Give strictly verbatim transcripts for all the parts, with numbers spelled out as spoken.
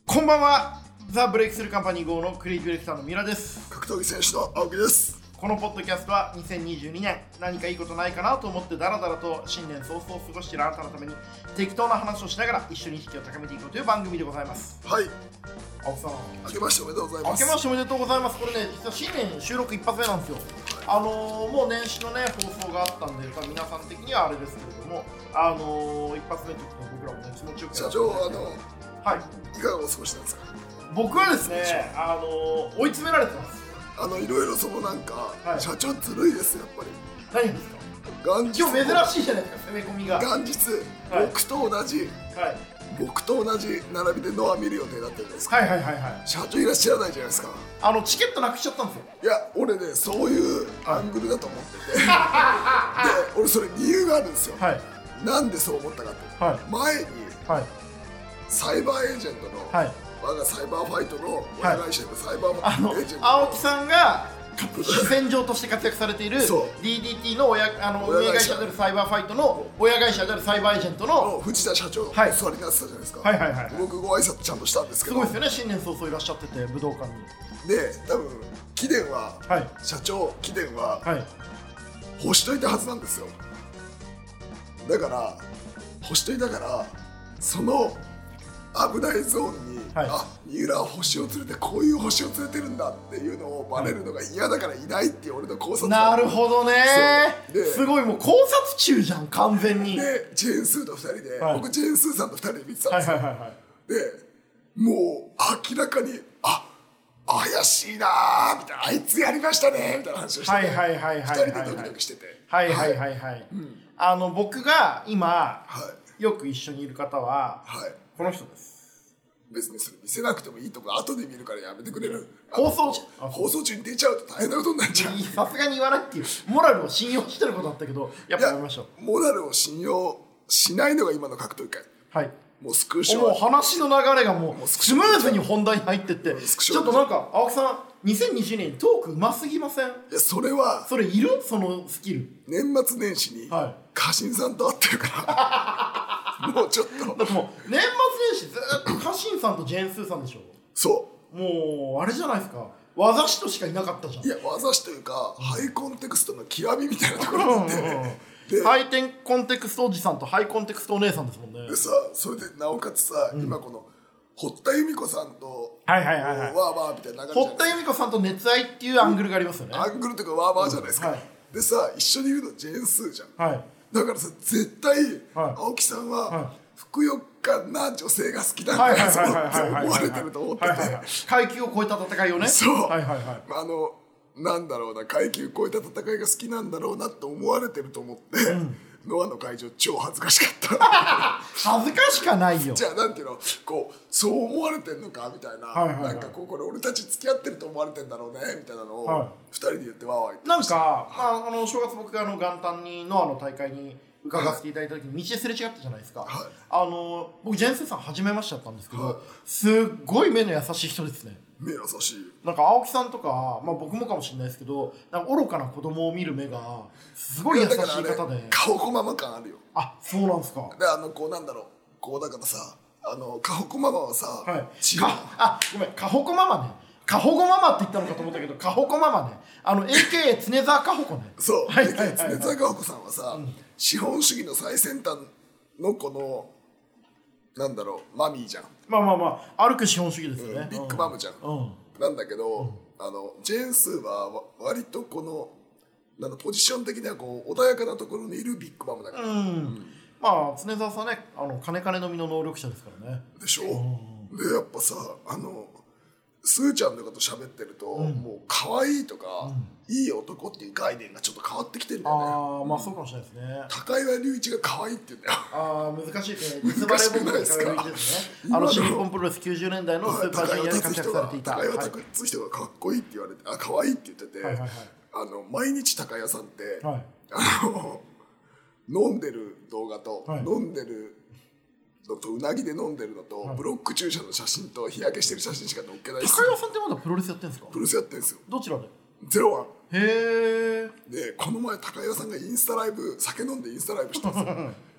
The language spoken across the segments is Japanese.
こんばんは。ザ・ブレイクスルーカンパニー号のクリエイティブディレクターのミラです。 格闘技選手の青木です。 このポッドキャストはにせんにじゅうにねん何かいいことないかなと思ってダラダラと新年早々過ごしているあなたのために適当な話をしながら一緒に意識を高めていこうという番組でございます。 はい、 青木さん、 明けましておめでとうございます。 明けましておめでとうございます。これね、実は新年収録一発目なんですよ。あのー、もう年始のね放送があったんで、皆さん的にはあれですけれども、あのー、一発目ということで僕らもね気持ちよく社長、あのはいいかがお過ごしなんですか。 僕はですね、あのー、追い詰められてます。 あのいろいろそのなんか、はい、社長ずるいですやっぱり。 何ですか。 元日今日珍しいじゃないですか、攻め込みが。 元日、はい、僕と同じ、はい、僕と同じ並びでノア見る予定だったじゃないですか。 はいはいはいはい。 社長いらっしゃらないじゃないですか。 あのチケットなくしちゃったんですよ。 いや俺ねそういうアングルだと思ってて、で俺それ理由があるんですよ。はい、なんでそう思ったかって、はい、前に、はい、サイバーエージェントの、はい、我がサイバーファイトの親会社のサイバーエージェントの、 青木さんが主戦場として活躍されている ディーディーティー の親あの運営会社であるサイバーファイトの親会社であるサイバーエージェントの藤田社長がお座りになってたじゃないですか。はいはいはいはい、僕ご挨拶ちゃんとしたんですけど、 すごいですよね。新年早々いらっしゃってて武道館にで、多分貴殿は、はい、社長貴殿は、はい、欲しといたはずなんですよ。だから欲しといたからその危ないゾーンに、はい、あ、三浦は星を連れてこういう星を連れてるんだっていうのをバレるのが嫌だからいないっていう俺の考察。 なるほどね。すごいもう考察中じゃん完全に。 でジェーン・スーとふたりで、はい、僕ジェーン・スーさんとふたりで見てたんですよ。はいはいはいはい、でもう明らかにあ怪しいなーみたいな、あいつやりましたねみたいな話をしてて、ふたりでドキドキしてて、 はいはいはいはい、うん、あの僕が今、はい、よく一緒にいる方は、はい、この人です。 別にそれ見せなくてもいいとこ後で見るからやめてくれる。 放送中放送中に出ちゃうと大変なことになっちゃう。 さすがに言わないっていうモラルを信用してることだったけど、やっぱやめましょう。 モラルを信用しないのが今の格闘技界。はい。もうスクーショもう話の流れがもうスムーズに本題に入ってって、ちょっとなんか青木さんにせんにじゅうねんにトークうますぎません？いやそれはそれいる？そのスキル。 年末年始に家臣さんと会ってるからもうちょっとだってもう年末年始ずっと家臣さんとジェーンスーさんでしょ。 そうもうあれじゃないですか、技師としかいなかったじゃん。 いや技師というか、うん、ハイコンテクストの極みみたいなところがあって、うんうんうんでハイテンコンテクストおじさんとハイコンテクストお姉さんですもんね。 でさ、それでなおかつさ、うん、今この堀田由美子さんとはいはいはい、はい、 ワーワーみたいな流れじゃないですか。 堀田由美子さんと熱愛っていうアングルがありますよね。 アングルというかワーワーじゃないですか、うんはい、でさ一緒にいるのジェーンスーじゃん、はい、だからさ絶対、はい、青木さんは、はい、ふくよかな女性が好きなんだよって思われてると思ってて、 階級を超えた戦いをね。 そう、はいはいはい、あのなんだろうな、階級超えた戦いが好きなんだろうなって思われてると思って、うん、ノアの会場超恥ずかしかった恥ずかしかないよ。 じゃあなんていうの、こうそう思われてんのかみたいな、はいはいはい、なんかこうこれ俺たち付き合ってると思われてんだろうねみたいなのをふたりで言ってわーわー言ってました。 なんか、まあ、あの正月僕があの元旦にノアの大会に伺わせていただいた時に道ですれ違ったじゃないですか、はい、あの僕ジェーンスーさん初めましてだったんですけど、はい、すっごい目の優しい人ですね。 目優しい。なんか青木さんとか、まあ、僕もかもしれないですけど、なんか愚かな子供を見る目がすごい優しい方で、 顔こママ感あるよ。 あ、そうなんですか。 であのこうなんだろう、こうだからさ、あのカホコママはさ、はい、 あ、ごめん、カホコママね。カホコママって言ったのかと思ったけど、カホコママね。あの エーケー 常沢カホコね。 そう、はいはいはいはい、常沢カホコさんはさ、うん、資本主義の最先端のこのなんだろうマミーじゃん。 まあまあまあ歩く資本主義ですよね、 うん、ビッグマムじゃん、うん、なんだけど、うん、あのジェーンスーは割とこのなんだポジション的にはこう穏やかなところにいるビッグマムだから、うんうん、 まあ常沢さんね、あの金金のみの能力者ですからね。 でしょ、うん、でやっぱさあのスーちゃんとかと喋ってると、うん、もう可愛いとか、うん、いい男っていう概念がちょっと変わってきてるんだよね。 ああ、まあそうかもしれないですね。 高岩隆一が可愛いって言うんだよ。 ああ、難しいですね。難しくないですか。高岩隆一ですね。あの新日本プロレスきゅうじゅうねんだいのスーパージュニアで活躍されていた。 高岩隆一人がかっこいいって言われて、あ、可愛いって言ってて、はいはいはい、あの毎日高岩さんって、はい、あの飲んでる動画と、はい、飲んでるのとうなぎで飲んでるのと、はい、ブロック注射の写真と日焼けしてる写真しか載っけないです。 高岩さんってまだプロレスやってるんですか？ プロレスやってるんですよ。 どちらで？ ゼロワン。 へえ。 でこの前高岩さんがインスタライブ、酒飲んでインスタライブしたんですよ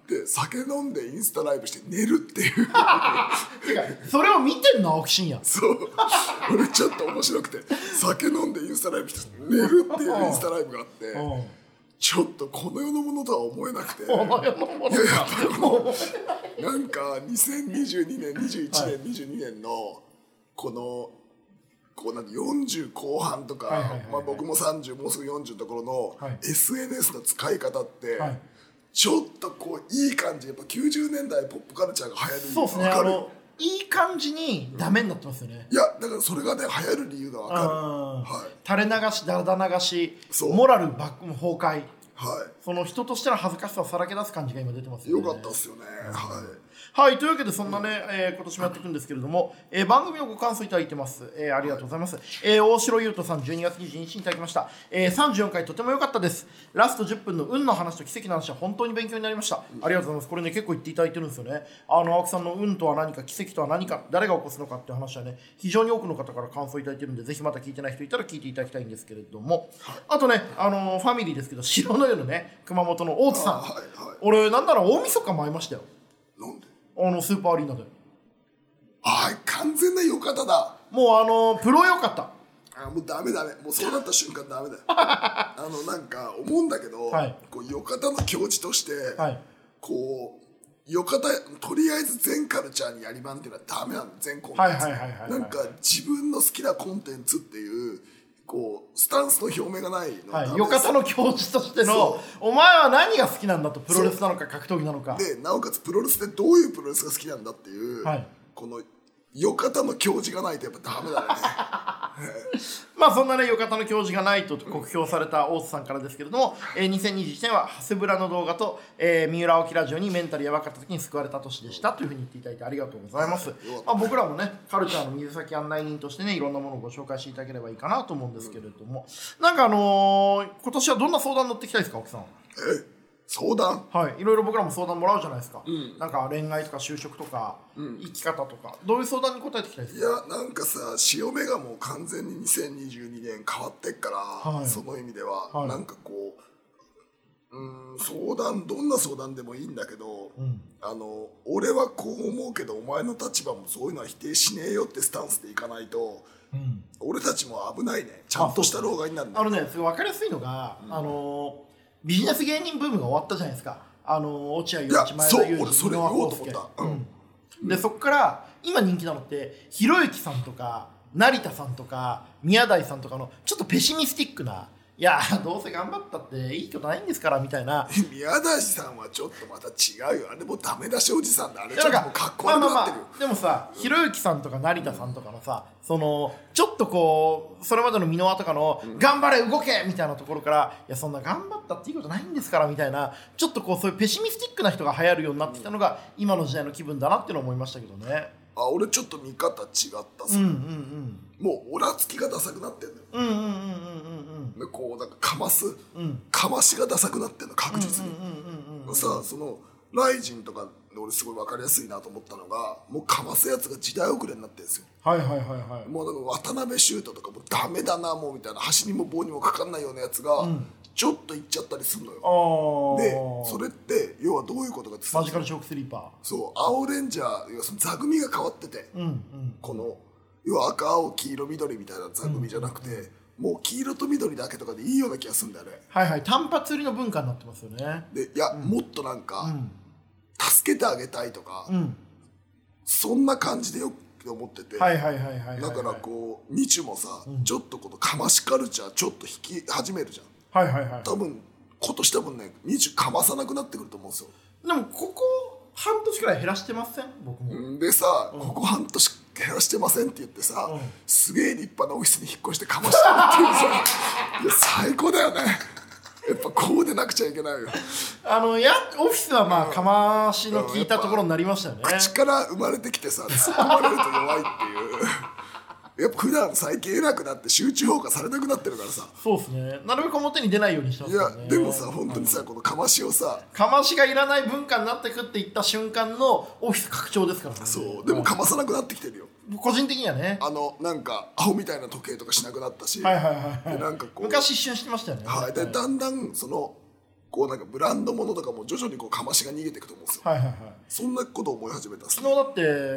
で酒飲んでインスタライブして寝るっていうてかそれを見てんの青木真也。 そう俺ちょっと面白くて酒飲んでインスタライブして寝るっていうインスタライブがあってちょっとこの世のものとは思えなくてこの世のものかなんかにせんにじゅうにねんにじゅういちねん、はい、にじゅうにねんのこのこうなんかよんじゅう後半とか僕もさんじゅうもうすぐよんじゅうのところの エスエヌエス の使い方って、はい、ちょっとこういい感じやっぱきゅうじゅうねんだいポップカルチャーが流行るそうですねあのいい感じにダメになってますよね、 うん、いやだからそれがね流行る理由が分かる、はい、 垂れ流しだだ流しモラルバ崩壊、はい、その人としての恥ずかしさをさらけ出す感じが今出てますよね。 よかったっすよね、うん、はいはい、というわけでそんなね、えー、今年もやっていくんですけれども、えー、番組のご感想いただいてます、えー、ありがとうございます、はいえー、大城優斗さんじゅうにがつにじゅうににちにいただきました、えー、さんじゅうよんかいとても良かったです。ラストじゅっぷんの運の話と奇跡の話は本当に勉強になりました、うん、ありがとうございます。これね結構言っていただいてるんですよね。あの青木さんの運とは何か奇跡とは何か誰が起こすのかっていう話はね非常に多くの方から感想いただいてるんでぜひまた聞いてない人いたら聞いていただきたいんですけれども、はい、あとね、あのー、ファミリーですけど白の夜ね熊本の大津さん、はいはい、俺なんなら大晦日も会いましたよ。 なんであのスーパーアリーナではい完全なよかただもうあのプロよかったあもうダメダメもうそうなった瞬間ダメだよあのなんか思うんだけど、はい、こうよかたの境地として、はい、こうよかたとりあえず全カルチャーにやりまんっていうのはダメなの全コンテンツなんか自分の好きなコンテンツっていうこうスタンスの表明がないの、はい、 よかたの境地としてのお前は何が好きなんだとプロレスなのか格闘技なのかでなおかつプロレスでどういうプロレスが好きなんだっていう、はい、このよかたの教示がないとやっぱダメだねまあそんなねよかたの教示がないと酷評された大津さんからですけれども、えー、にせんにじゅういちねんは長谷村の動画と、えー、三浦青木ラジオにメンタルやばかった時に救われた年でしたというふうに言っていただいてありがとうございます、まあ、僕らもねカルチャーの水先案内人としてねいろんなものをご紹介していただければいいかなと思うんですけれども、うん、なんかあのー、今年はどんな相談乗ってきたいですか青木さん。 え相談はいいろいろ僕らも相談もらうじゃないですか、うん、なんか恋愛とか就職とか、うん、生き方とかどういう相談に答えていきたいですか。 いやなんかさ潮目がもう完全ににせんにじゅうにねん変わってっから、はい、その意味では、はい、なんかこううん相談どんな相談でもいいんだけど、うん、あの俺はこう思うけどお前の立場もそういうのは否定しねえよってスタンスでいかないと、うん、俺たちも危ないねちゃんとした老害になるんだ。 あのねすごい分かりやすいのが、うん、あのビジネス芸人ブームが終わったじゃないですか。あの落合陽一前田裕二それ言おうと思った、うんうん、でそこから今人気なのってひろゆきさんとか成田さんとか宮台さんとかのちょっとペシミスティックないやどうせ頑張ったっていいことないんですからみたいな。 宮台さんはちょっとまた違うよあれもうダメ出しおじさんであれちょっともうかっこ悪くなってるよ、まあまあまあ、 でもさひろゆきさんとか成田さんとかのさそのちょっとこうそれまでの箕輪とかの、うん、頑張れ動けみたいなところからいやそんな頑張ったっていいことないんですからみたいなちょっとこうそういうペシミスティックな人が流行るようになってきたのが、うん、今の時代の気分だなっていうのを思いましたけどね。 あ俺ちょっと見方違ったさ、うんうんうん、もうオラつきがダサくなってんのよ、うんうんうんうんうん、こうなんかかます、うん、かましがダサくなってんの確実にさあそのライジンとかで俺すごい分かりやすいなと思ったのがもうかますやつが時代遅れになってるんですよ。 はいはいはいはい。 もうなんか渡辺修斗とかもうダメだなもうみたいな箸にも棒にもかかんないようなやつが、うんちょっといっちゃったりするのよ。でそれって要はどういうことかってマジカルショックスリーパーそう青レンジャー要はその座組が変わってて、うんうん、この要は赤青黄色緑みたいな座組じゃなくて、うんうん、もう黄色と緑だけとかでいいような気がするんだよね。 はいはい単発売りの文化になってますよね。 でいや、うん、もっとなんか、うん、助けてあげたいとか、うん、そんな感じでよく思っててだからこう日もさ、うん、ちょっとこのかましカルチャーちょっと引き始めるじゃん。はいはいはい、多分今年多分ねにじゅうかまさなくなってくると思うんですよ。 でもここ半年くらい減らしてません僕も。 でさ、うん、ここ半年減らしてませんって言ってさ、うん、すげえ立派なオフィスに引っ越してかましてるっていうさいや最高だよね。やっぱこうでなくちゃいけないよ。 あのやオフィスはまあかましの効いたところになりましたよね。 口から生まれてきてさ突っ込まれると弱いっていうやっぱ普段最近偉くなって集中砲火されなくなってるからさ。 そうですねなるべく表に出ないようにしてますよね。 いやでもさ本当にさこのかましをさかましがいらない文化になってくっていった瞬間のオフィス拡張ですからね。 そうでもかまさなくなってきてるよ個人的にはね。 あのなんかアホみたいな時計とかしなくなったしはいはいはい、はい、 なんかこう昔一瞬してましたよね。 はいでだんだんそのこうなんかブランド物とかも徐々にこうかましが逃げていくと思うんですよ。 はいはいはい。 そんなことを思い始めた。 昨日だって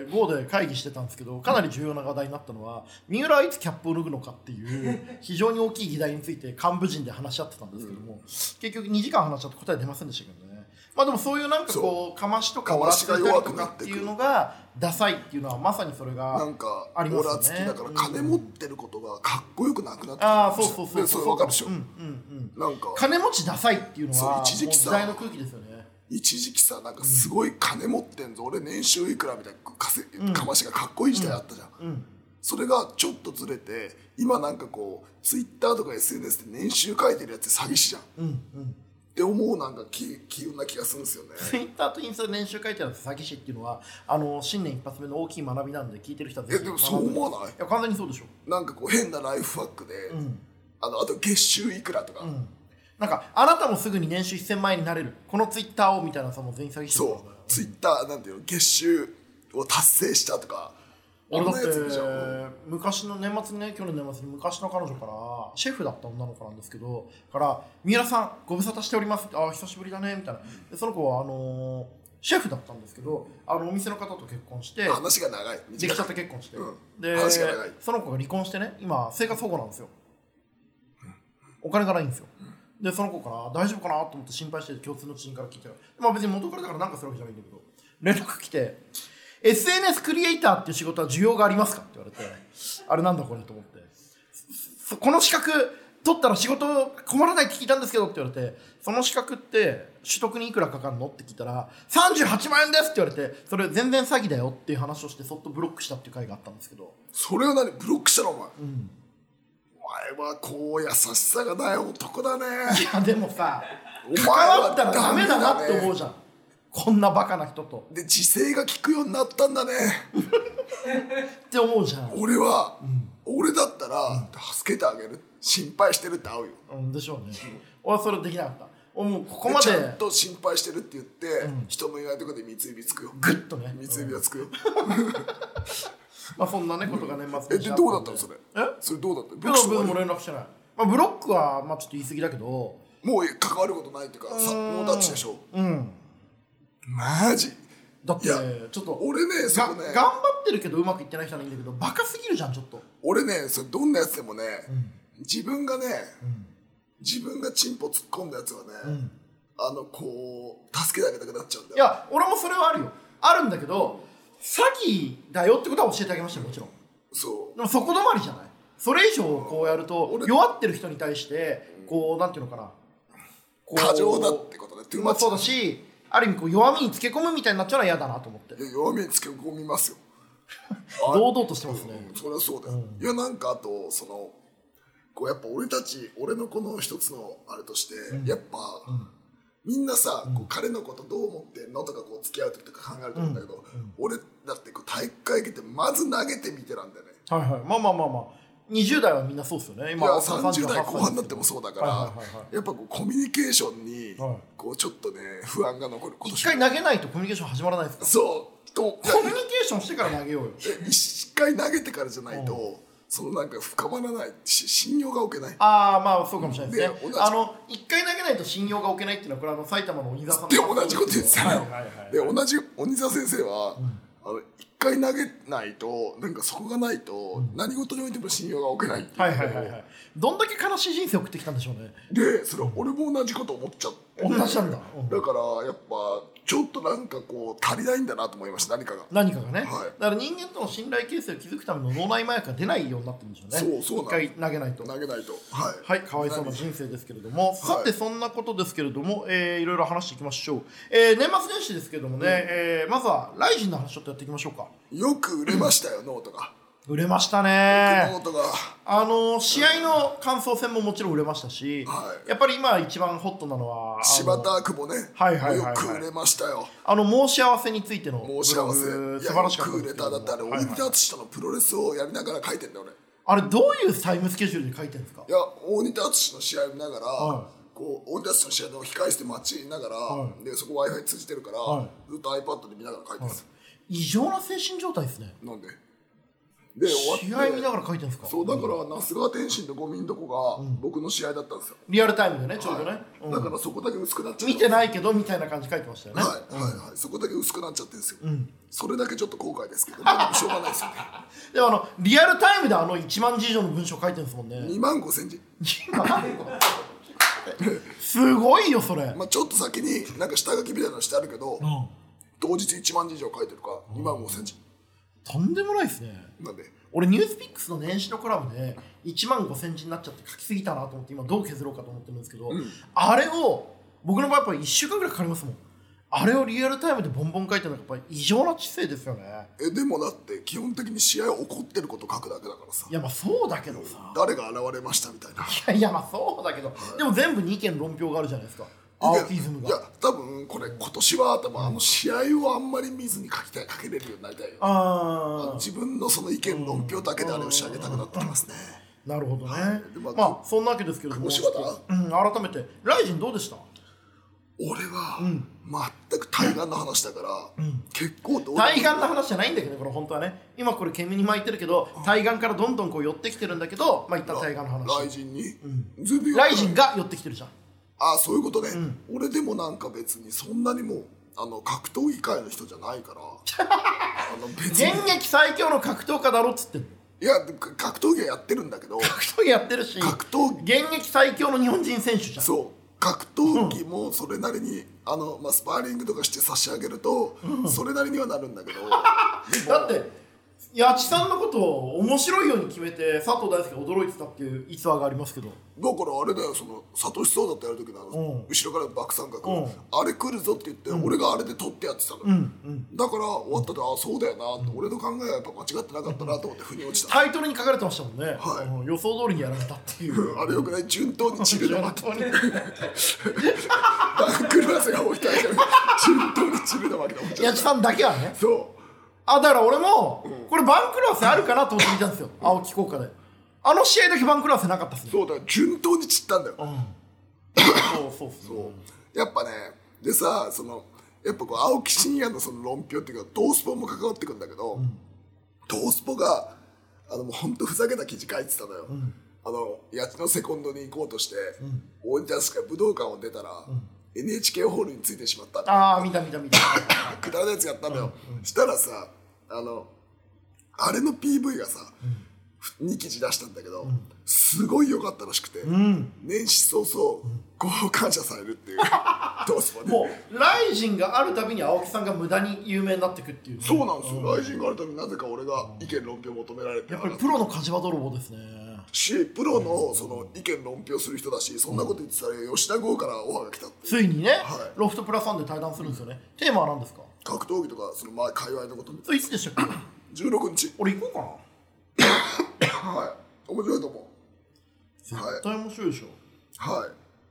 ゴー で会議してたんですけど、かなり重要な話題になったのは、三浦はいつキャップを脱ぐのかっていう非常に大きい議題について幹部陣で話し合ってたんですけども、うん、結局にじかん話し合って答え出ませんでしたけどね。まあでもそういうなんかこうかましとかオラついたりとかっていうのがダサいっていうのはまさにそれがありますよね。 なんかオラつきだから金持ってることがかっこよくなくなってきて、 ああそうそうそうそう、 分かるでしょ。 うんうんうん、なんか金持ちダサいっていうのは一時期さ、 時代の空気ですよね。 一時期さ、なんかすごい金持ってんぞ、うん、俺年収いくらみたいなかせ、うん、かましがかっこいい時代あったじゃん、うんうん、それがちょっとずれて今なんかこうツイッターとか エスエヌエス で年収書いてるやつ詐欺師じゃん、うんうん、って思うなんか気運な気がするんですよね。 ツイッターとインスタで年収書いてるやつ詐欺師っていうのはあの新年一発目の大きい学びなんで聞いてる人はぜひ。 えでもそう思わない？ いや完全にそうでしょ。 なんかこう変なライフハックで、うん、あのあと月収いくらとか、うん、なんかあなたもすぐに年収せんまんえんになれるこのツイッターをみたいなさも全員詐欺師。 そうツイッターなんていうの月収を達成したとか。 俺だって昔の年末にね去年年末に昔の彼女からシェフだった女の子なんですけどから三浦さんご無沙汰しておりますってあ久しぶりだねみたいなでその子はあのー、シェフだったんですけどあのお店の方と結婚して話が長いできちゃって結婚して、うん、で話が長いその子が離婚してね今生活保護なんですよ、うん、お金がないんですよ、うん、でその子から大丈夫かなと思って心配して共通の知人から聞いてまあ別に元彼だから何かするわけじゃないんだけど連絡来てエスエヌエス クリエイターっていう仕事は需要がありますかって言われてあれなんだこれと思ってこの資格取ったら仕事困らないって聞いたんですけどって言われてその資格って取得にいくらかかるのって聞いたらさんじゅうはちまんえんですって言われてそれ全然詐欺だよっていう話をしてそっとブロックしたっていう回があったんですけどそれは何ブロックしたのお前、うん、お前はこう優しさがない男だね。 いやでもさ関わったらダメだなって思うじゃんこんなバカな人とで自制が効くようになったんだねって思うじゃん。 俺は、うん、俺だったら、うん、助けてあげる心配してるって合うよ、 うん、でしょうね、うん、俺はそれできなかったもうここまでちゃんと心配してるって言って、うん、人のいないところで三つ指つくよグッとね三つ指はつくよ、 まあそんなねことが年末にえでどうだったのそれえそれどうだったブロックも連絡してない、まあ、ブロックはまあちょっと言い過ぎだけどもう関わることないっていうかさもうダッチでしょうんマジだってちょっと俺ねそこね頑張ってるけどうまくいってない人はいいんだけどバカすぎるじゃんちょっと俺ねそれどんなやつでもね、うん、自分がね、うん、自分がチンポ突っ込んだやつはね、うん、あのこう助けてあげたくなっちゃうんだよ。 いや俺もそれはあるよあるんだけど詐欺だよってことは教えてあげましたよもちろん。 そうでもそこ止まりじゃないそれ以上こうやると弱ってる人に対してこうなんていうのかな過剰だってことねまあそうだしある意味こう弱みにつけ込むみたいになっちゃうのは嫌だなと思って。 弱みにつけ込みますよ堂々としてますね、 うん、そりゃそうだよ、うん、いやなんかあとそのこうやっぱ俺たち俺のこの一つのあれとして、うん、やっぱ、うん、みんなさ、うん、こう彼のことどう思ってんのとかこう付き合う時とか考えると思うんだけど、うんうん、俺だってこう体育会系ってまず投げてみてなんだよね。 はいはいまあまあまあまあにじゅう代はみんなそうですよね。 今いやさんじゅう代後半になってもそうだから、はいはいはいはい、やっぱこうコミュニケーションにこうちょっとね不安が残る。 一回投げないとコミュニケーション始まらないですか。 そうとコミュニケーションしてから投げようよ。 一回投げてからじゃないとそのなんか深まらないし信用が置けない。 ああまあそうかもしれないですね。あの一回投げないと信用が置けないっていうのはこれあの埼玉の鬼沢さんで同じこと言ってたの、はいはいはいはい、で同じ鬼沢先生は、うんあの一回投げないとなんかそこがないと何事においても信用が置けないっていう、 はいはいはいはい、どんだけ悲しい人生を送ってきたんでしょうね。 でそれ俺も同じこと思っちゃって、 同じなんだ、うん、 だからやっぱちょっとなんかこう足りないんだなと思いました。何かが何かがね、はい、だから人間との信頼形成を築くための脳内麻薬が出ないようになってるんでしょうね。そうそう一回投げないと投げないとはい、 はい、かわいそうな人生ですけれども、はい、さてそんなことですけれども、えー、いろいろ話していきましょう、えー、年末年始ですけれどもね、うんえー、まずはライジンの話ちょっとやっていきましょうか。 よく売れましたよ、うん、ノートが売れましたね。 ノートがあの試合の感想戦ももちろん売れましたし、はい、やっぱり今一番ホットなのは柴田久保ね、はいはいはいはい、よく売れましたよ。 あの申し合わせについての申し合わせ素晴らしかったよく売れた。だってあれ大仁田敦とのプロレスをやりながら書いてんだよ俺。 あれどういうタイムスケジュールで書いてるんですか。 いや大仁田敦の試合を見ながら、はい、こう大仁田敦の試合の控え室で待ちながら、はい、でそこ Wi-Fi 通じてるから、はい、ずっと iPad で見ながら書いてます、はい、 異常な精神状態ですね。 なんでで終わって試合見ながら書いてるんですか。 そうだから、那須川天心と五味んとこが僕の試合だったんですよ、 リアルタイムでね、ちょうどね、 はいうん、だからそこだけ薄くなっちゃって見てないけどみたいな感じ書いてましたよね。 はい、はいはい、そこだけ薄くなっちゃってるんですよ、うん、それだけちょっと後悔ですけど、でもしょうがないですよねでもあのリアルタイムであのいちまんじ以上の文章書いてるんですもんね。 にまんごせんじすごいよそれ。 まあちょっと先になんか下書きみたいなのしてあるけど、うん、当日いちまんじ以上書いてるかにまんごせんじ、 とんでもないですね。 なんで俺ニュースピックスの年始のコラムでいちまんごせんじになっちゃって書きすぎたなと思って今どう削ろうかと思ってるんですけど、うん、あれを僕の場合やっぱりいっしゅうかんぐらいかかりますもん。あれをリアルタイムでボンボン書いてるのがやっぱり異常な知性ですよね。 えでもだって基本的に試合起こってること書くだけだからさ。 いやまあそうだけどさ、 誰が現れましたみたいな。 いやいやまあそうだけど、はい、でも全部に意見論評があるじゃないですか。青木イズムが。 いや多分これ今年は多分あの試合をあんまり見ずに書きたい書けれるようになりたいよ。 あ自分のその意見論評だけであれを仕上げたくなってきますね。 なるほどね。はい、 まあ、 まあそんなわけですけれども、うん、改めてライジンどうでした？ 俺は、うん、全く対岸の話だから、うん、結構どう対岸の話じゃないんだけどね、これ本当はね。今これ煙に巻いてるけど、対岸からどんどんこう寄ってきてるんだけど、まあ一旦対岸の話。 ライジンに、 うん、ライジンが寄ってきてるじゃん。 ああそういうことね、うん、俺でもなんか別にそんなにもうあの格闘技界の人じゃないからあの別に現役最強の格闘家だろっつってんの。 いや格闘技はやってるんだけど、 格闘技やってるし格闘現役最強の日本人選手じゃん。 そう格闘技もそれなりに、うん、あのまあ、スパーリングとかして差し上げると、うん、それなりにはなるんだけどだって八千さんのことを面白いように決めて佐藤大輔が驚いてたっていう逸話がありますけど、だからあれだよ、そのサトシソウダとやる時のあの、うん、後ろからのバック三角、うん、あれ来るぞって言って、うん、俺があれで取ってやってたの、うんうん、だから終わったで、ああそうだよなって、うん、俺の考えはやっぱ間違ってなかったなと思って腑に落ちた。 タイトルに書かれてましたもんね、 はい、 予想通りにやられたっていうあれよくない、順当に散るの負け番狂わせが置いてある順当に散るの負けだ。 八千さんだけはね。 そうあだから俺も、うん、これ番狂わせあるかなと思って見たんですよ、青木効果で。あの試合だけ番狂わせなかったっすね。 そうだ、順当に散ったんだよ、うん、 そうそうそう、 やっぱね、でさ、そのやっぱこう青木真也のその論評っていうかトースポも関わってくんだけど、うん、トースポがあのもうほんとふざけた記事書いてたのよ、うん、あの八千のセコンドに行こうとして、うん、大分市か武道館を出たら、うん、エヌエイチケー ホールについてしまった。 ああ見た見た見たくだらないやつやったんだよ、うんうん、したらさ、あのあれの ピーブイ がさ、うん、に記事出したんだけど、うん、すごい良かったらしくて、うん、年始早々、うん、ご感謝されるっていうトースポでもうライジンがあるたびに青木さんが無駄に有名になってくっていう、ね、 そうなんですよ、うん、ライジンがあるたびになぜか俺が意見論評求められて、 やっぱりプロの火事場泥棒ですねし、プロのその意見論評する人だし、そんなこと言ってたら吉田剛からオファーが来たって、 ついにね、はい、ロフトプラスワンで対談するんですよね、うん、テーマは何ですか？ 格闘技とかそのまあ界隈のこと。 それいつでしたっけ？ じゅうろくにち。 俺行こうかなはい、面白いと思う。 絶対面白いでしょ。 はい、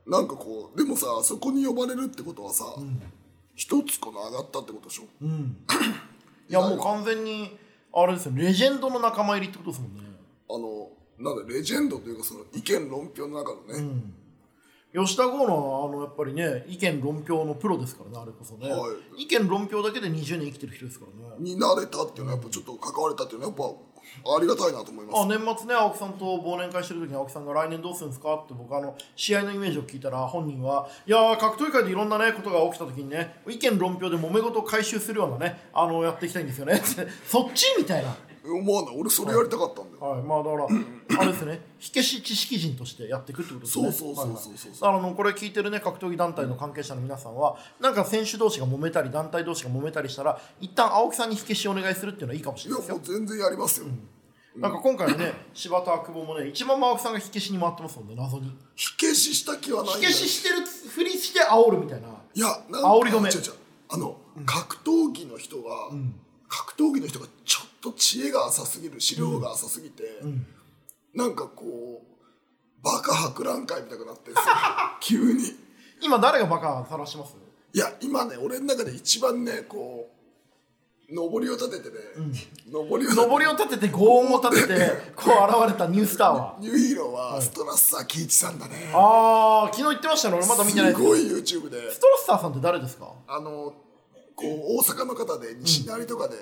なんかこうでもさ、そこに呼ばれるってことはさ、うん、一つこの上がったってことでしょ、うん、 いやもう完全にあれですよ、レジェンドの仲間入りってことですもんね。 あのなんだレジェンドというかその意見論評の中のね、 うん、吉田剛のあのやっぱりね意見論評のプロですからね、あれこそね、はい、意見論評だけでにじゅうねん生きてる人ですからね。 になれたっていうのはやっぱちょっと関われたっていうのはやっぱありがたいなと思います。 あ、年末ね、青木さんと忘年会してる時に青木さんが来年どうするんですかって僕あの試合のイメージを聞いたら、本人はいやー格闘技界でいろんなねことが起きた時にね、意見論評で揉め事を回収するようなねあのやっていきたいんですよねそっちみたいな。 思わない、俺それやりたかったんだよ。 はい、はい、まあだからあれですね、火消し知識人としてやっていくってことですね。 そうそうそうそうそう、 はいはい、あのこれ聞いてるね格闘技団体の関係者の皆さんは、なんか選手同士が揉めたり団体同士が揉めたりしたら、一旦青木さんに火消しお願いするっていうのはいいかもしれないですよ。 いやもう全然やりますよ、 うん、なんか今回ね柴田久保もね一番青木さんが火消しに回ってますもんね、謎に。 火消しした気はない。 火消ししてるふりして煽るみたいな。 いやなんか煽り止め。 違う違う、あの、うん、格闘技の人が、うん、格闘技の人がちょっと知恵が浅すぎる、資料が浅すぎて、うん、なんかこうバカ博覧会みたいになってるんですよ急に。 今誰がバカさらします？ いや今ね、俺の中で一番ねこう上りを立ててね、うん、上りを立てて上りを立てて轟音を立ててこう現れたニュースターはニューヒーローはストラッサー喜一さんだね。 ああ昨日言ってましたね、俺まだ見てないです。 すごい YouTube で。 ストラッサーさんって誰ですか？ あのこう大阪の方で西成とかで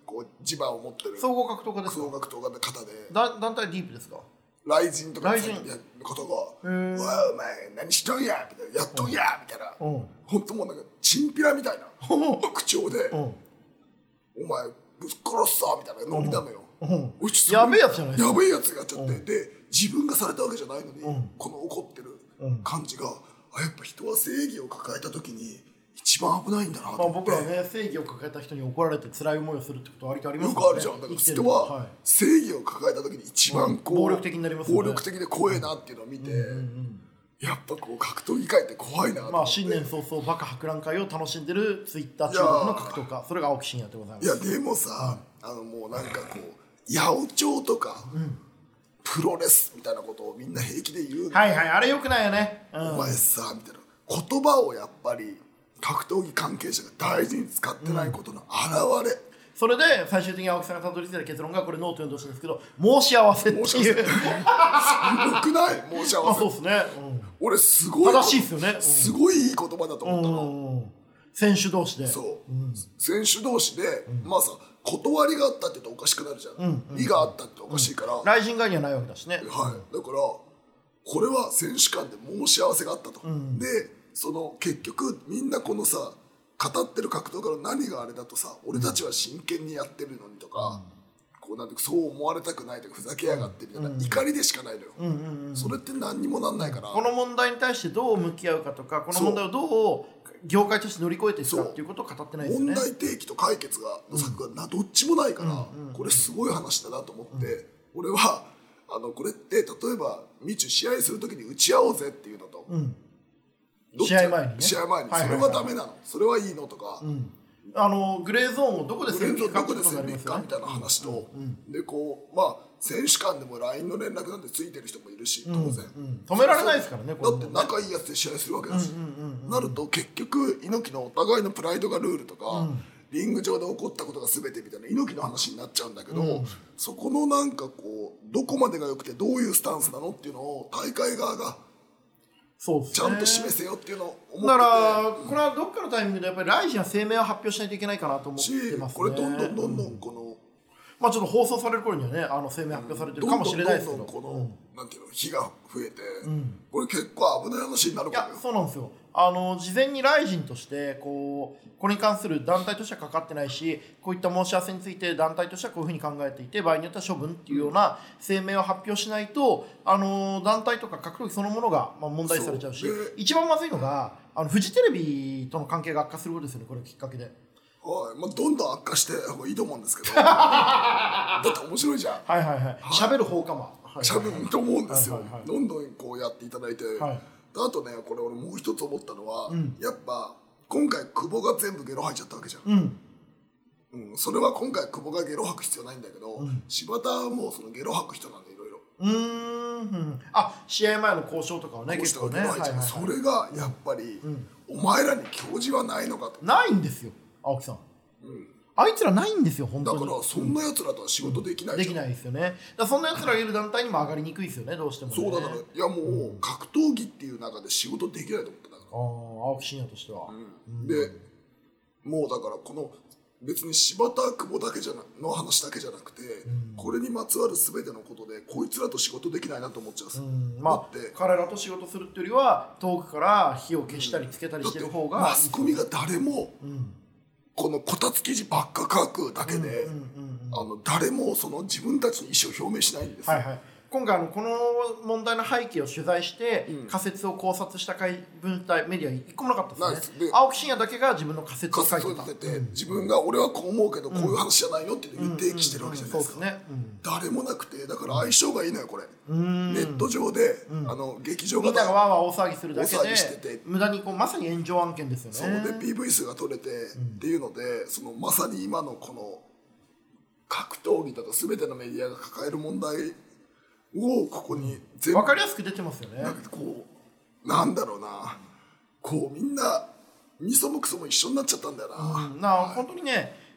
こう地盤を持ってる総合格闘家ですか。 総合格闘家の方で、 だ団体ディープですか。 ライジンとかライジンの方が「うわお前何しとんや」みたいな「やっとんや」みたいな、本当もうなんかチンピラみたいな口調で「お前ぶっ殺すぞ」みたいな飲みなのよ。 やべえやつじゃないですか。 やべえやつがやっちゃって、で自分がされたわけじゃないのに、この怒ってる感じが、あやっぱ人は正義を抱えた時に一番危ないんだなと思って。 まあ僕らね、正義を抱えた人に怒られて辛い思いをするってことは割とありますよくあるじゃん。だから人は正義を抱えた時に一番こう暴力的になりますよね。 暴力的で怖えなっていうのを見て、やっぱこう格闘技界って怖いなと思って。 まあ新年早々バカ博覧会を楽しんでるツイッター中国の格闘家、それが青木真也でございます。 いやでもさ、あのもうなんかこう八百長とか、プロレスみたいなことをみんな平気で言う。 はいはい、あれよくないよね。 お前さみたいな言葉をやっぱり格闘技関係者が大事に使ってないことの表れ、 それで最終的に青木さんがたどり着いた結論が、これノート読んでほしいんですけど、申し合わせっていう。 すごくない申し合わせ。 そうですね、 俺すごい正しいですよね。 すごいいい言葉だと思ったの。 選手同士で、 そう選手同士で、まあさ断りがあったって言うとおかしくなるじゃん。利があったっておかしいから、 ライジン側にはないわけだしね。 はい、だからこれは選手間で申し合わせがあったと。でその結局みんなこのさ語ってる格闘家の何があれだとさ、俺たちは真剣にやってるのにとか、こうなんてそう思われたくないとかふざけやがってみたいな怒りでしかないのよ。それって何にもなんないから、 この問題に対してどう向き合うかとか、この問題をどう業界として乗り越えていくかっていうことを語ってないですよね。 問題提起と解決がの策がなどっちもないから、これすごい話だなと思って、俺はあのこれって例えばみちゅ試合するときに打ち合おうぜっていうのと、 試合前にね、 試合前にそれはダメなの、それはいいのとか、 あのグレーゾーンをどこで線引くかみたいな話と、でこうまあ選手間でも ライン の連絡なんてついてる人もいるし、当然止められないですからね。 だって仲いいやつで試合するわけだし、なると結局猪木のお互いのプライドがルールとか、リング上で起こったことが全てみたいな猪木の話になっちゃうんだけど、そこのなんかこうどこまでが良くてどういうスタンスなのっていうのを大会側がそうですね、 ちゃんと示せよっていうのを思ってて、 だからこれはどっかのタイミングでやっぱりライジンは声明を発表しないといけないかなと思ってますね。 これどんどんどんどんこの、 まあちょっと放送される頃にはね、あの声明発表されてるかもしれないですけど、 どんどんどんどんこの、なんていうの火が増えて、これ結構危ない話になるから。 いやそうなんですよ。あの事前にライジンとしてこうこれに関する団体としてはかかってないし、こういった申し合わせについて団体としてはこういうふうに考えていて、場合によっては処分っていうような声明を発表しないと、あの団体とか格闘技そのものがまあ問題視されちゃうし、一番まずいのがあのフジテレビとの関係が悪化することですよね、これきっかけで。 はい、まあ、どんどん悪化していいと思うんですけどだって面白いじゃん。 はいはいはい、喋る方かも喋ると思うんですよ。どんどんこうやっていただいて、はい、あとねこれ俺もう一つ思ったのは、うん、やっぱ今回久保が全部ゲロ吐いちゃったわけじゃん、うんうん、それは今回久保がゲロ吐く必要ないんだけど、うん、柴田はもうそのゲロ吐く人なんでいろいろ。 うーん、あ試合前の交渉とかはね結構ね、 それがやっぱり、うん、お前らに教示はないのかと。 ないんですよ青木さん、うん、あいつらないんですよ本当に。 だからそんなやつらとは仕事できないじゃん、 できないですよね。だからそんなやつらがいる団体にも上がりにくいですよね、どうしてもね。 そうだからいやもう格闘技っていう中で仕事できないと思ってたから、 あ青木真也としては、 うん、でもうだからこの別に柴田久保だけじゃなの話だけじゃなくて、うん、これにまつわる全てのことでこいつらと仕事できないなと思っちゃう、うん、 まあ、だって彼らと仕事するっていうよりは遠くから火を消したりつけたりしてる方が、うん、 マスコミが誰も、うん、このこたつ記事ばっか書くだけで誰もその自分たちの意思を表明しないんですよ、 はいはい、今回あのこの問題の背景を取材して、うん、仮説を考察した文体メディア一個もなかったですね。青木真也だけが自分の仮説を書いてた、 て自分が俺はこう思うけどこういう話じゃないよっていうのを提起してるわけじゃないですか。誰もなくて、だから相性がいいのよこれ。ネット上で、うん、あの劇場がみんながわーわー大騒ぎするだけで無駄にこうまさに炎上案件ですよね。 そうで ピーブイ 数が取れて、うん、っていうのでそのまさに今のこの格闘技だと全てのメディアが抱える問題をここに全部分かりやすく出てますよね。 なんかこうなんだろうな、こうみんなみそもくそも一緒になっちゃったんだよな、 うん、な、はい、本当にね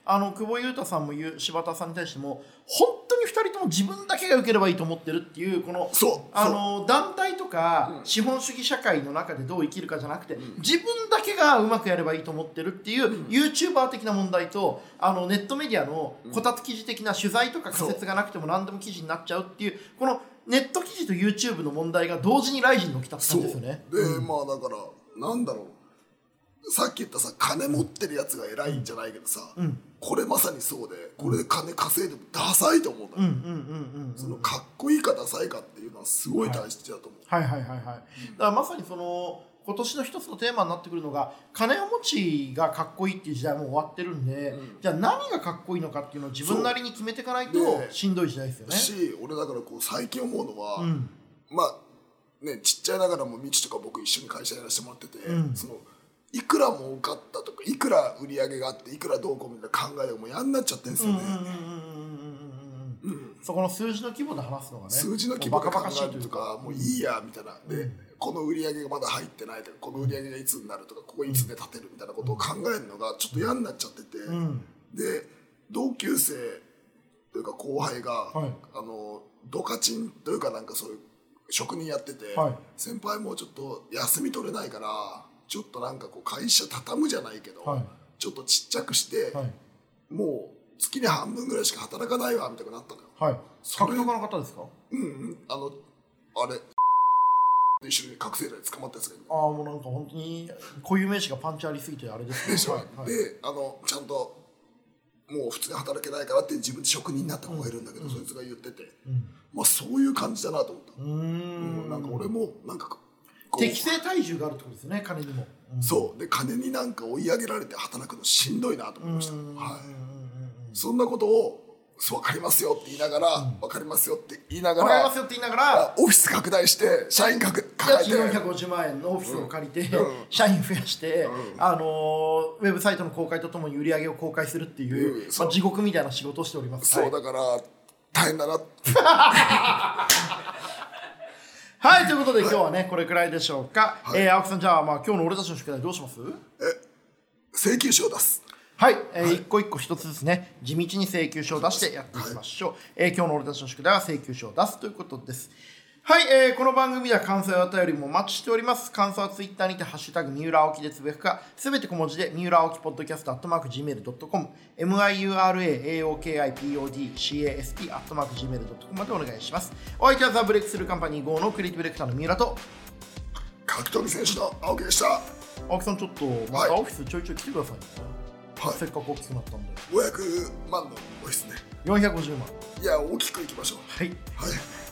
あの久保優太さんも言う柴田さんに対しても本当にふたりとも自分だけが良ければいいと思ってるっていうこのあの団体とか資本主義社会の中でどう生きるかじゃなくて、うん、自分だけがうまくやればいいと思ってるっていう、うん、YouTuber 的な問題とあのネットメディアのこたつ記事的な取材とか仮説がなくても何でも記事になっちゃうっていうこのネット記事と YouTube の問題が同時にライジンに起きたって感じですよね。 で、うん、まあだからなんだろうさっき言ったさ金持ってるやつが偉いんじゃないけどさ、うん、これまさにそうでこれで金稼いでもダサいと思うんだよ。そのかっこいいかダサいかっていうのはすごい大事だと思う。 はい、はいはいはいはい。だからまさにその今年の一つのテーマになってくるのが金を持ちがかっこいいっていう時代も終わってるんで、うん、じゃあ何がかっこいいのかっていうのを自分なりに決めていかないとしんどい時代ですよね。 し俺だからこう最近思うのは、うん、まあねちっちゃいながらもみちとか僕一緒に会社やらせてもらってて、うん、そのいくら儲かったとかいくら売り上げがあっていくらどうこうみたいな考えがもう嫌になっちゃってるんですよね。 そこの数字の規模で話すのがね数字の規模で考えるとかもういいやみたいなで、うん、この売り上げがまだ入ってないとかこの売り上げがいつになるとかここいつで立てるみたいなことを考えるのがちょっと嫌になっちゃってて、うん、で同級生というか後輩が、はい、あのドカチンというかなんかそういう職人やってて、はい、先輩もちょっと休み取れないからちょっとなんかこう会社畳むじゃないけど、はい、ちょっとちっちゃくして、はい、もう月に半分ぐらいしか働かないわみたいになったのよ。 はい。格闘家の方ですか？ うんうん。あのあれ一緒に覚醒剤捕まったやつがいる。 ああもうなんか本当に固有名詞がパンチありすぎてあれですね。 でしょ。はいはい、であのちゃんともう普通に働けないからって自分で職人になった子がいるんだけど、うん、そいつが言ってて、うん、まあそういう感じだなと思った。うーん、うん、なんか俺もなんか適正体重があるってことですね金にも。 うん、そうで金になんか追い上げられて働くのしんどいなと思いました。はい。そんなことを分かりますよって言いながら、うん、分かりますよって言いながら分かりますよって言いながらオフィス拡大して社員抱えてよんひゃくごじゅうまんえんのオフィスを借りて、うん、社員増やして、うん、あのー、ウェブサイトの公開とともに売り上げを公開するっていう、うんまあ、地獄みたいな仕事をしております。 そう、はい、だから大変だなはいということで今日はね、はい、これくらいでしょうか。はい、えー、青木さんじゃあ、まあ今日の俺たちの宿題どうします？ え請求書を出す。 はい、えーはい、一個一個一つずつね地道に請求書を出してやっていきましょう。はい、えー、今日の俺たちの宿題は請求書を出すということです。はい、えー、この番組では感想やお便りもお待ちしております。感想はツイッターにてハッシュタグ三浦青木でつぶやくかすべて小文字で三浦青木ポッドキャストアットマーク ジーメールドットコム ミュラアオキポッドキャストアットマーク ジーメールドットコム までお願いします。お相手はザ・ブレイクスルーカンパニー ゴー のクリエイティブディレクターの三浦と格闘技選手の青木でした。 青木さんちょっとまたオフィスちょいちょい来てくださいね。はい、せっかく大きくなったんでごひゃくまんのオフィスね。 よんひゃくごじゅうまん。 いや大きくいきましょう。 はい、 はい